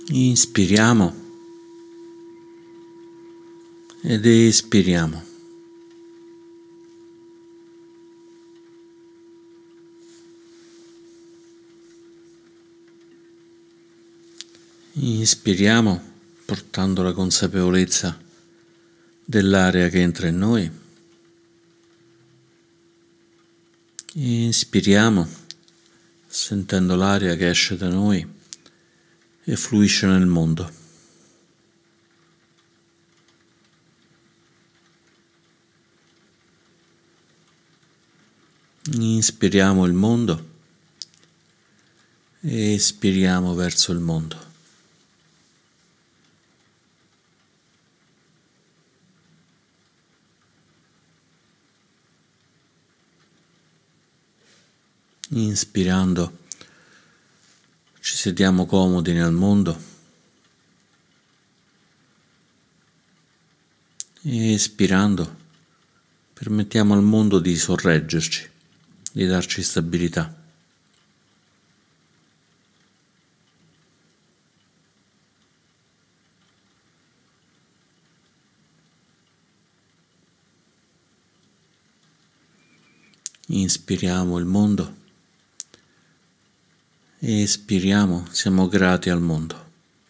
Inspiriamo ed espiriamo. Inspiriamo portando la consapevolezza dell'aria che entra in noi. Inspiriamo sentendo l'aria che esce da noi e fluisce nel mondo. Inspiriamo il mondo e espiriamo verso il mondo. Inspirando ci sediamo comodi nel mondo e espirando permettiamo al mondo di sorreggerci, di darci stabilità. Inspiriamo il mondo e espiriamo, siamo grati al mondo.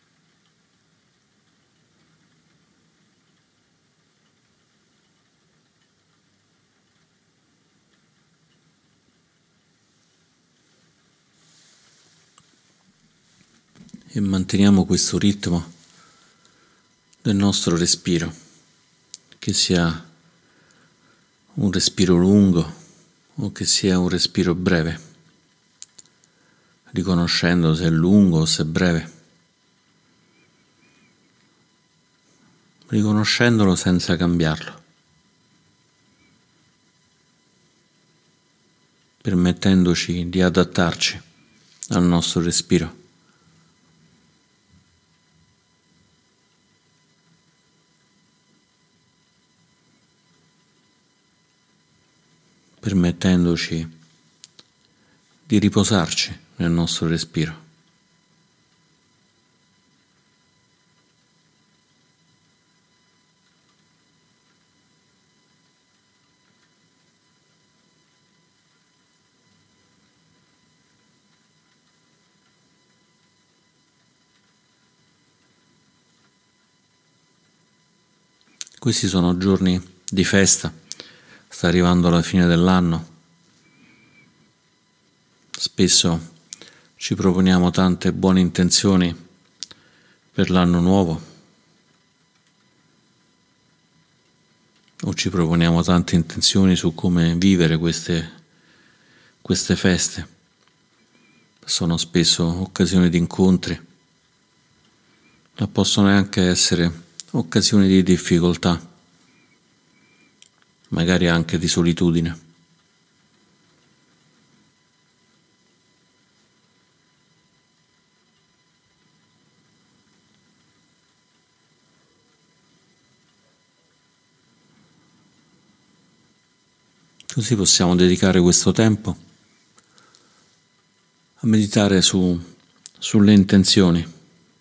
E manteniamo questo ritmo del nostro respiro, che sia un respiro lungo o che sia un respiro breve, riconoscendo se è lungo o se è breve, riconoscendolo senza cambiarlo, permettendoci di adattarci al nostro respiro. Permettendoci di riposarci nel nostro respiro. Questi sono giorni di festa, sta arrivando la fine dell'anno. Spesso ci proponiamo tante buone intenzioni per l'anno nuovo o ci proponiamo tante intenzioni su come vivere queste feste. Sono spesso occasioni di incontri, ma possono anche essere occasioni di difficoltà, magari anche di solitudine. Così possiamo dedicare questo tempo a meditare sulle intenzioni,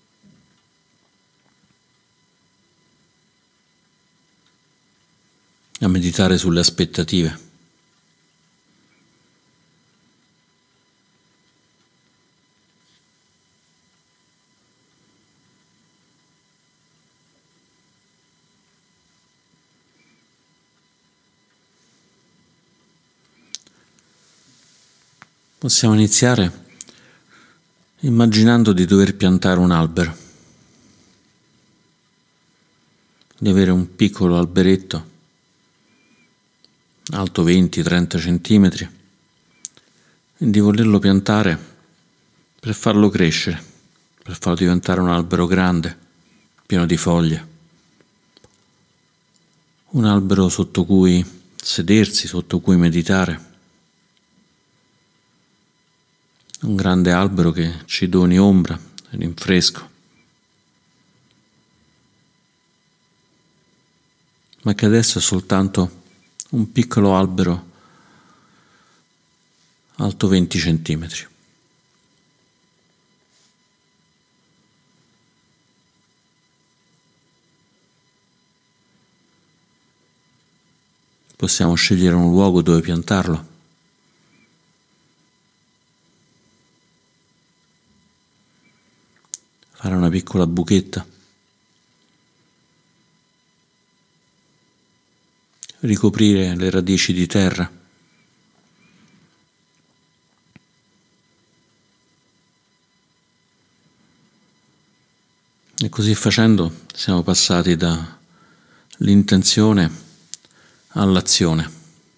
a meditare sulle aspettative. Possiamo iniziare immaginando di dover piantare un albero, di avere un piccolo alberetto alto 20-30 centimetri e di volerlo piantare per farlo crescere, per farlo diventare un albero grande, pieno di foglie, un albero sotto cui sedersi, sotto cui meditare. Un grande albero che ci doni ombra e rinfresco, ma che adesso è soltanto un piccolo albero alto 20 centimetri. Possiamo scegliere un luogo dove piantarlo. Fare una piccola buchetta. Ricoprire le radici di terra. E così facendo siamo passati dall'intenzione all'azione.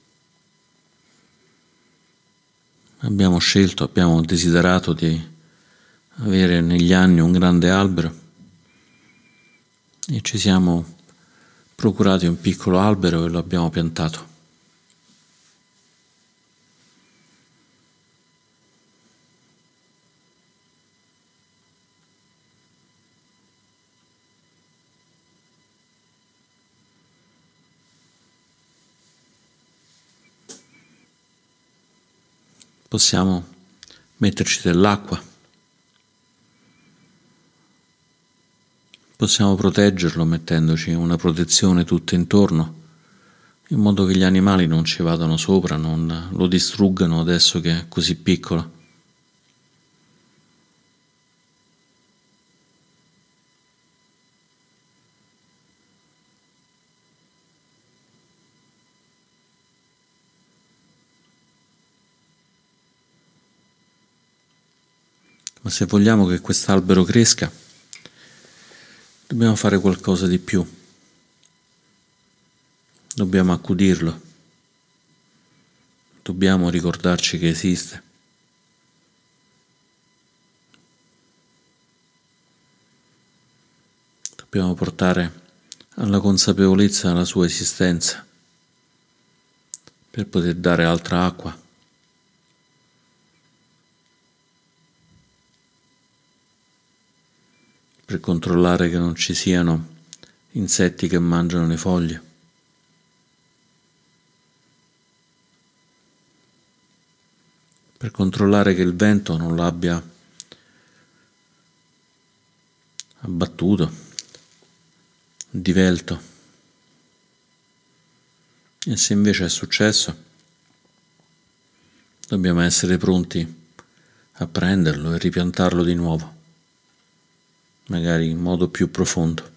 Abbiamo scelto, abbiamo desiderato di avere negli anni un grande albero e ci siamo procurati un piccolo albero e lo abbiamo piantato. Possiamo metterci dell'acqua. Possiamo proteggerlo mettendoci una protezione tutta intorno, in modo che gli animali non ci vadano sopra, non lo distruggano adesso che è così piccolo. Ma se vogliamo che quest'albero cresca, dobbiamo fare qualcosa di più. Dobbiamo accudirlo. Dobbiamo ricordarci che esiste. Dobbiamo portare alla consapevolezza la sua esistenza per poter dare altra acqua. Per controllare che non ci siano insetti che mangiano le foglie. Per controllare che il vento non l'abbia abbattuto, divelto. E se invece è successo, dobbiamo essere pronti a prenderlo e ripiantarlo di nuovo, magari in modo più profondo.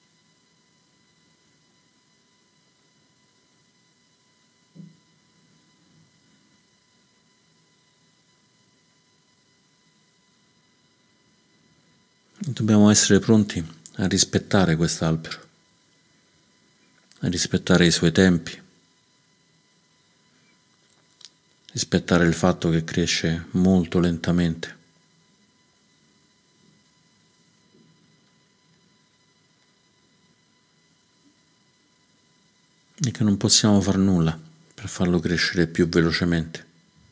Dobbiamo essere pronti a rispettare quest'albero, a rispettare i suoi tempi, rispettare il fatto che cresce molto lentamente. E che non possiamo far nulla per farlo crescere più velocemente.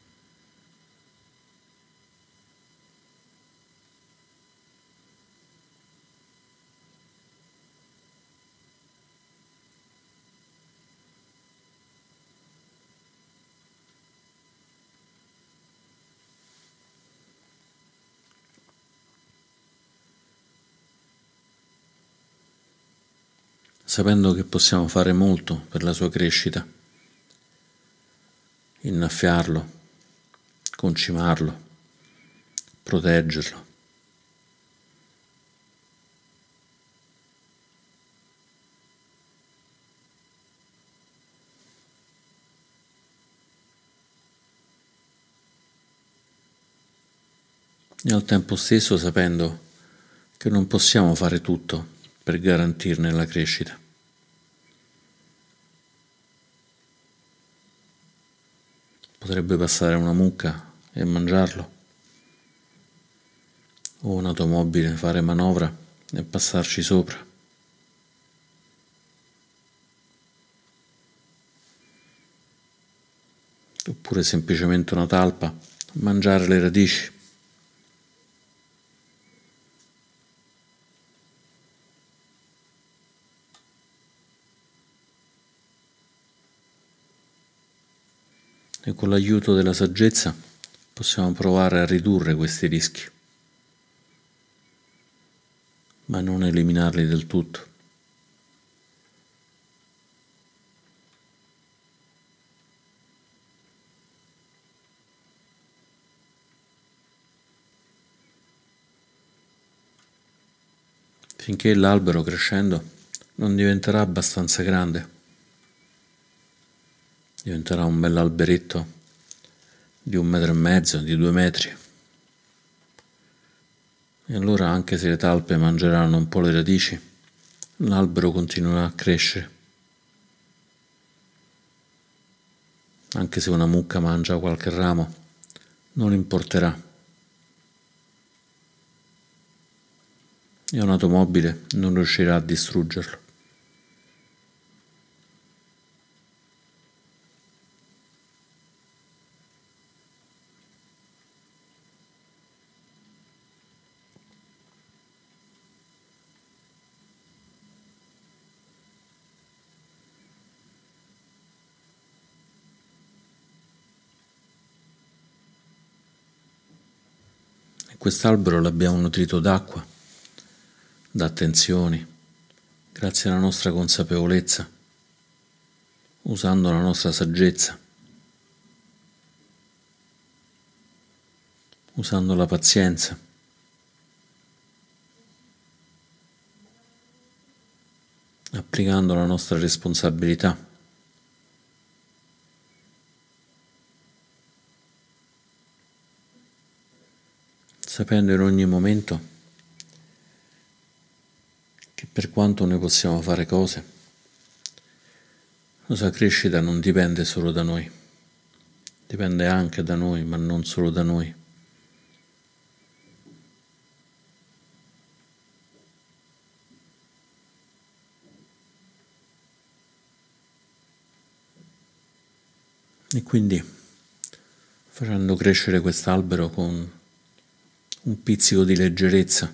Sapendo che possiamo fare molto per la sua crescita, innaffiarlo, concimarlo, proteggerlo. E al tempo stesso sapendo che non possiamo fare tutto per garantirne la crescita. Potrebbe passare una mucca e mangiarlo, o un'automobile fare manovra e passarci sopra. Oppure semplicemente una talpa, mangiare le radici. E con l'aiuto della saggezza possiamo provare a ridurre questi rischi, ma non eliminarli del tutto. finché l'albero crescendo non diventerà abbastanza grande, diventerà un bell'alberetto di 1,5 metri, di 2 metri. E allora, anche se le talpe mangeranno un po' le radici, l'albero continuerà a crescere. Anche se una mucca mangia qualche ramo, non importerà. E un'automobile non riuscirà a distruggerlo. E quest'albero l'abbiamo nutrito d'acqua, da attenzioni, grazie alla nostra consapevolezza, usando la nostra saggezza, usando la pazienza, applicando la nostra responsabilità. Sapendo in ogni momento che per quanto noi possiamo fare cose, la sua crescita non dipende solo da noi, dipende anche da noi, ma non solo da noi. E quindi, facendo crescere quest'albero con un pizzico di leggerezza,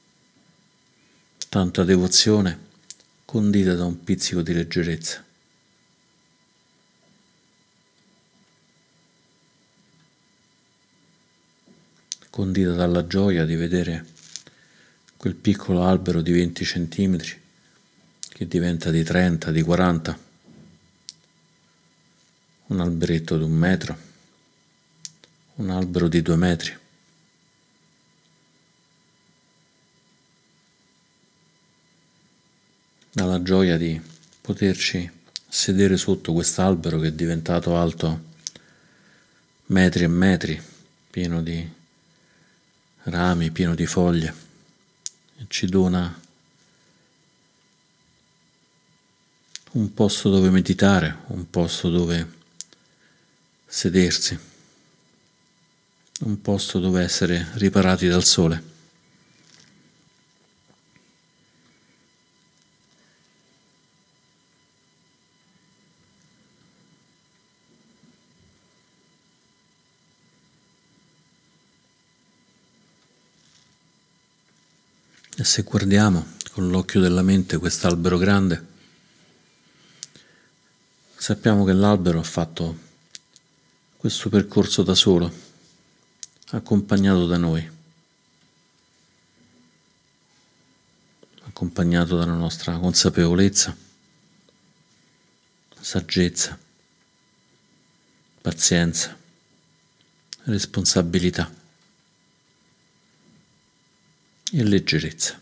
tanta devozione condita da un pizzico di leggerezza. Condita dalla gioia di vedere quel piccolo albero di 20 centimetri che diventa di 30, di 40, un alberetto di 1 metro, un albero di 2 metri. Dalla gioia di poterci sedere sotto quest'albero che è diventato alto metri e metri, pieno di rami, pieno di foglie, e ci dona un posto dove meditare, un posto dove sedersi, un posto dove essere riparati dal sole. E se guardiamo con l'occhio della mente quest'albero grande, sappiamo che l'albero ha fatto questo percorso da solo, accompagnato da noi, accompagnato dalla nostra consapevolezza, saggezza, pazienza, responsabilità e leggerezza.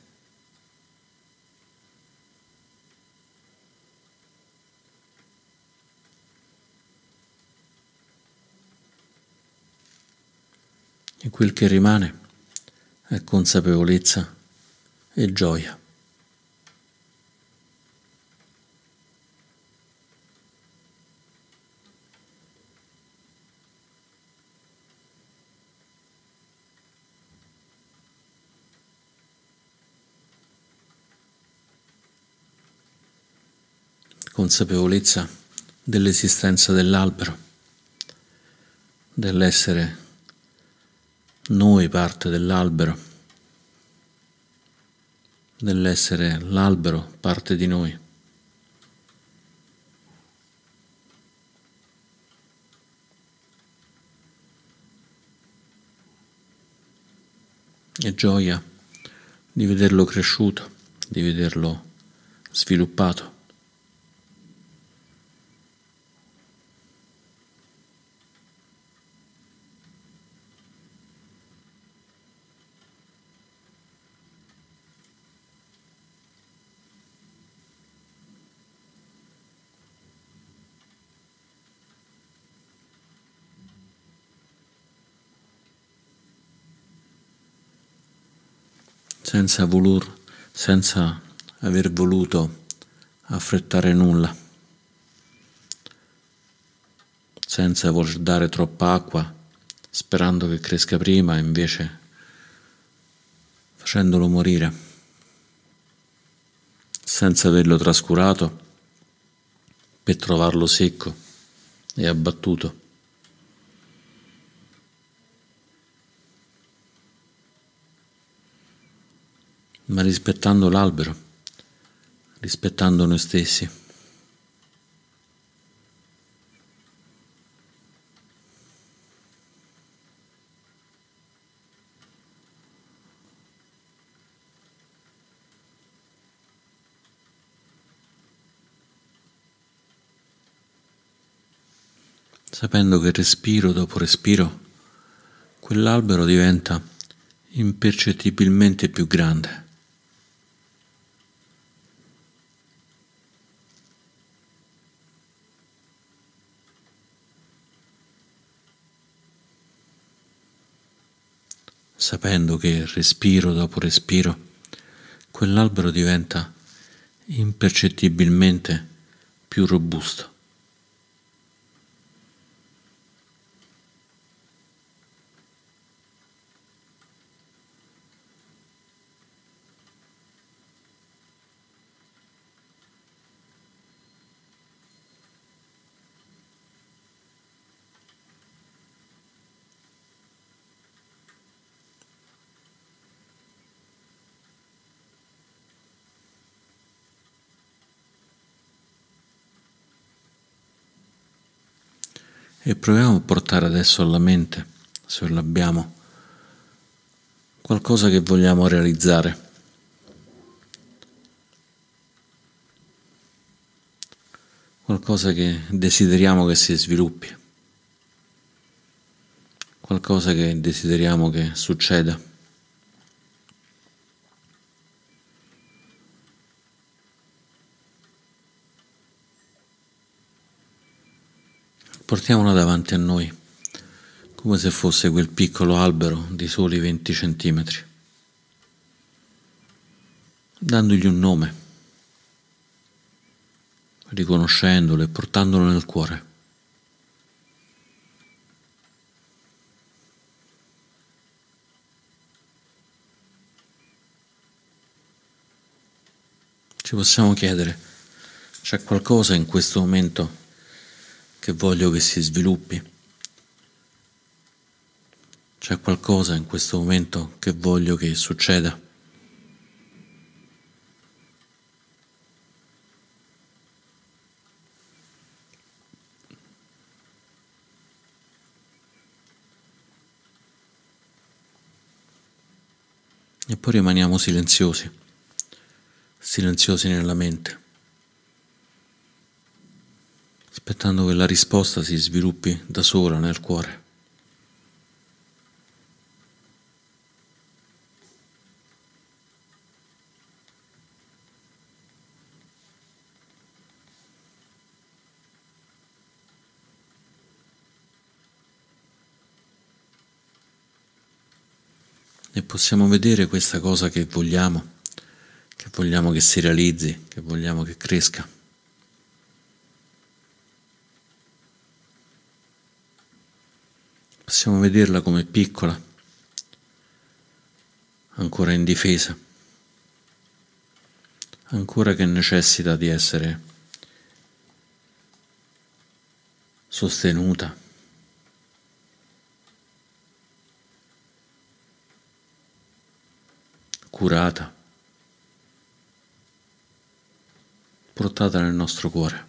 E quel che rimane è consapevolezza e gioia. Consapevolezza dell'esistenza dell'albero, dell'essere noi parte dell'albero, dell'essere l'albero parte di noi. E gioia di vederlo cresciuto, di vederlo sviluppato. senza aver voluto affrettare nulla, senza voler dare troppa acqua, sperando che cresca prima, invece facendolo morire, senza averlo trascurato per trovarlo secco e abbattuto. Ma rispettando l'albero, rispettando noi stessi. Sapendo che respiro dopo respiro, quell'albero diventa impercettibilmente più grande. Sapendo che respiro dopo respiro, quell'albero diventa impercettibilmente più robusto. E proviamo a portare adesso alla mente, se l'abbiamo, qualcosa che vogliamo realizzare. Qualcosa che desideriamo che si sviluppi, qualcosa che desideriamo che succeda. Portiamola davanti a noi, come se fosse quel piccolo albero di soli 20 centimetri, dandogli un nome, riconoscendolo e portandolo nel cuore. Ci possiamo chiedere, c'è qualcosa in questo momento che voglio che si sviluppi? C'è qualcosa in questo momento che voglio che succeda? E poi rimaniamo silenziosi nella mente, aspettando che la risposta si sviluppi da sola nel cuore. E possiamo vedere questa cosa che vogliamo che si realizzi, che vogliamo che cresca. Possiamo vederla come piccola, ancora indifesa, ancora che necessita di essere sostenuta, curata, portata nel nostro cuore.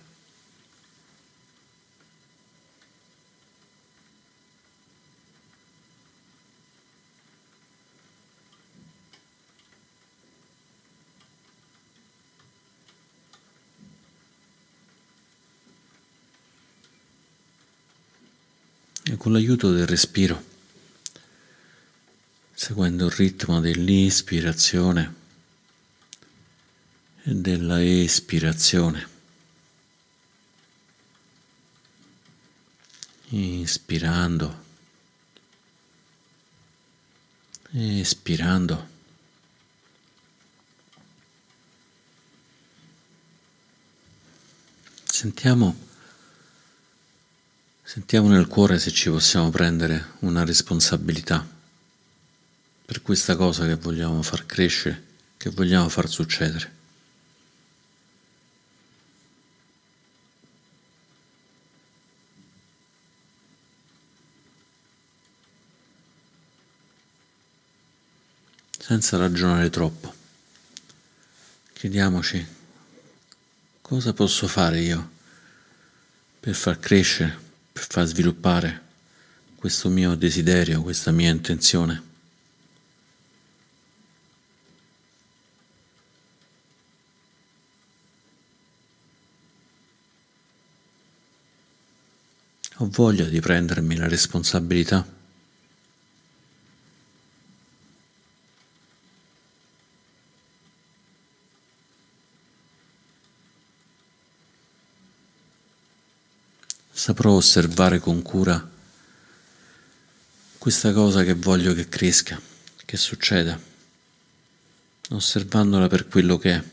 E con l'aiuto del respiro, seguendo il ritmo dell'ispirazione e della espirazione, inspirando, espirando, Sentiamo nel cuore se ci possiamo prendere una responsabilità per questa cosa che vogliamo far crescere, che vogliamo far succedere. Senza ragionare troppo, chiediamoci cosa posso fare io per far crescere, per far sviluppare questo mio desiderio, questa mia intenzione. Ho voglia di prendermi la responsabilità. Saprò osservare con cura questa cosa che voglio che cresca, che succeda, osservandola per quello che è.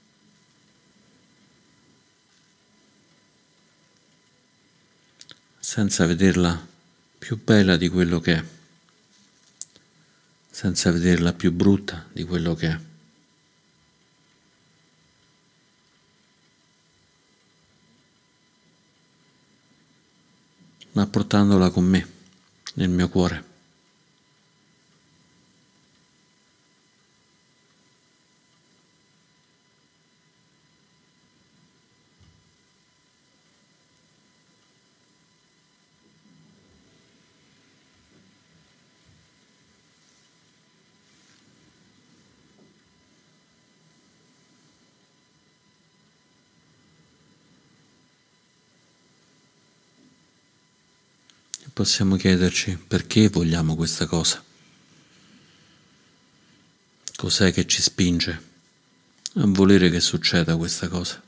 Senza vederla più bella di quello che è, senza vederla più brutta di quello che è. Ma portandola con me, nel mio cuore. E possiamo chiederci perché vogliamo questa cosa. Cos'è che ci spinge a volere che succeda questa cosa?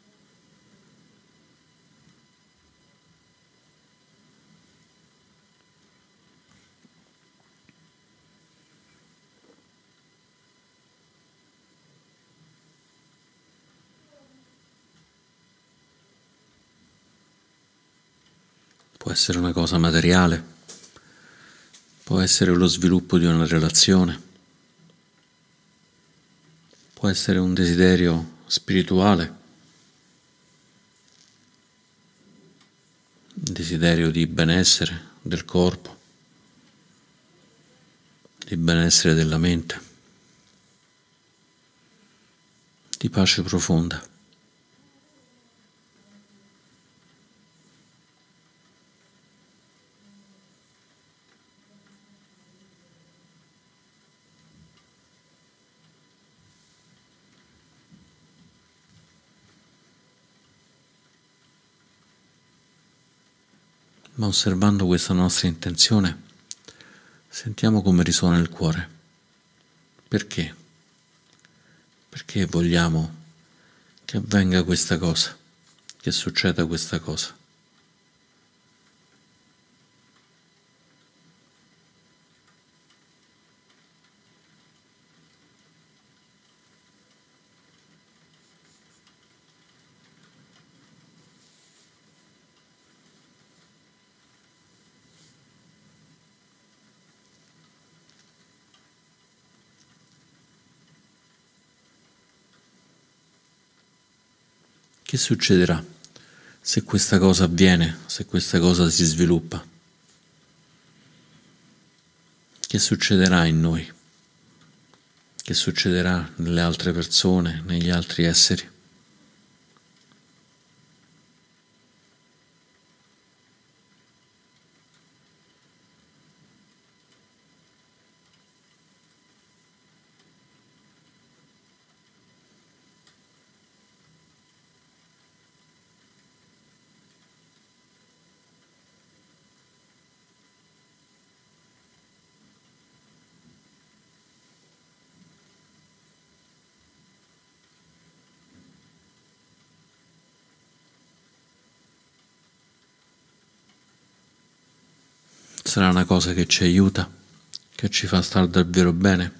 Può essere una cosa materiale, può essere lo sviluppo di una relazione, può essere un desiderio spirituale, un desiderio di benessere del corpo, di benessere della mente, di pace profonda. Ma osservando questa nostra intenzione, sentiamo come risuona il cuore. Perché? Perché vogliamo che avvenga questa cosa, che succeda questa cosa? Che succederà se questa cosa avviene, se questa cosa si sviluppa? Che succederà in noi? Che succederà nelle altre persone, negli altri esseri? Sarà una cosa che ci aiuta, che ci fa stare davvero bene?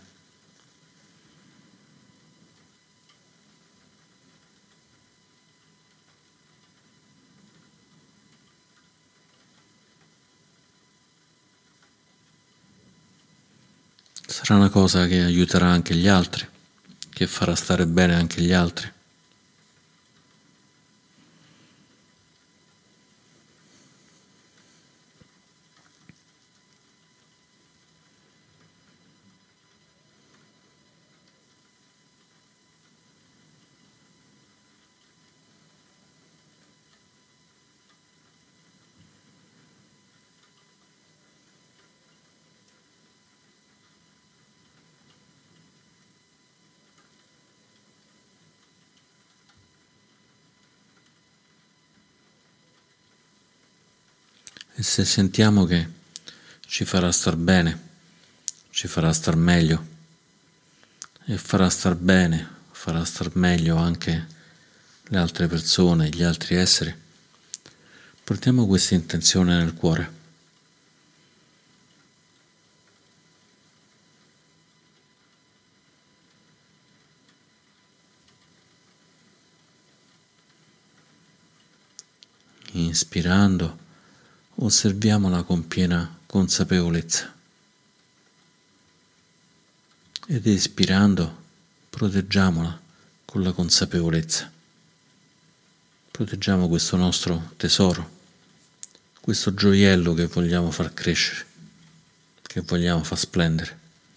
sarà una cosa che aiuterà anche gli altri, che farà stare bene anche gli altri. E se sentiamo che ci farà star bene, ci farà star meglio e farà star bene, farà star meglio anche le altre persone, gli altri esseri, portiamo questa intenzione nel cuore. Inspirando, osserviamola con piena consapevolezza ed espirando, proteggiamola con la consapevolezza. Proteggiamo questo nostro tesoro, questo gioiello che vogliamo far crescere, che vogliamo far splendere.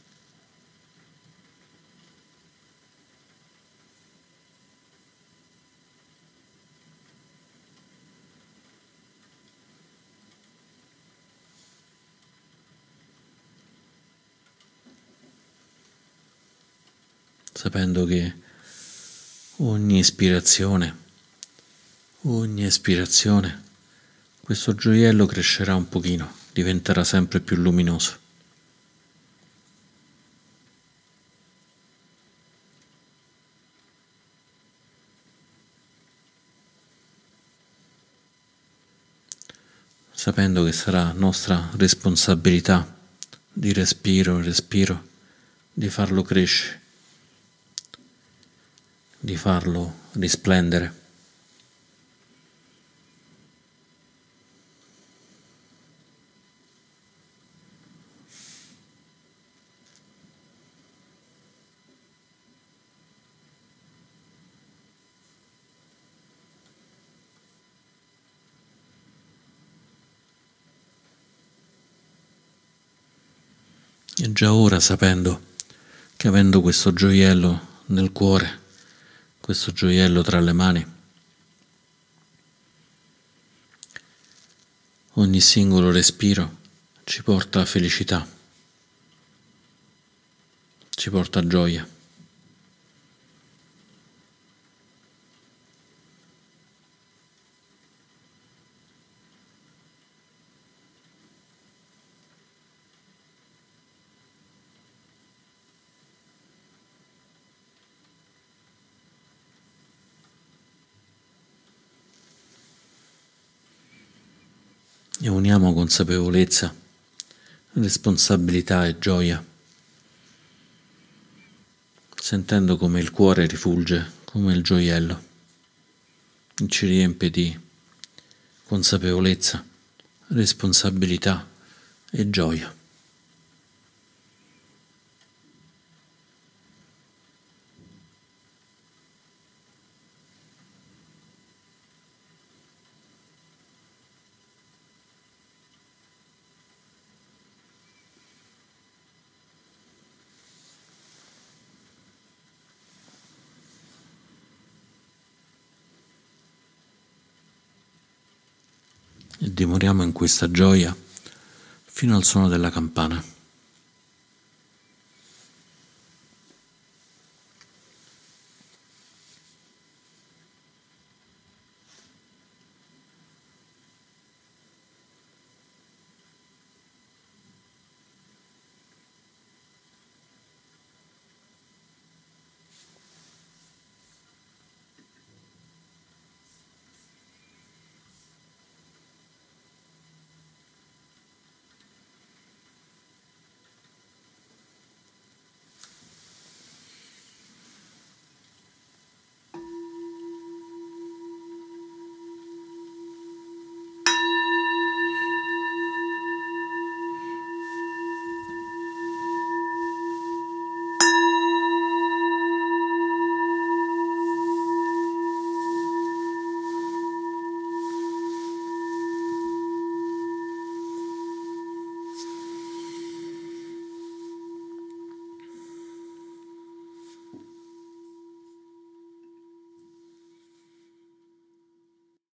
Sapendo che ogni ispirazione, ogni espirazione, questo gioiello crescerà un pochino, diventerà sempre più luminoso. Sapendo che sarà nostra responsabilità di respiro in respiro, di farlo crescere, di farlo risplendere. E già ora sapendo che avendo questo gioiello nel cuore, questo gioiello tra le mani, ogni singolo respiro ci porta a felicità, ci porta a gioia. E uniamo consapevolezza, responsabilità e gioia, sentendo come il cuore rifulge come il gioiello e ci riempie di consapevolezza, responsabilità e gioia. E dimoriamo in questa gioia fino al suono della campana.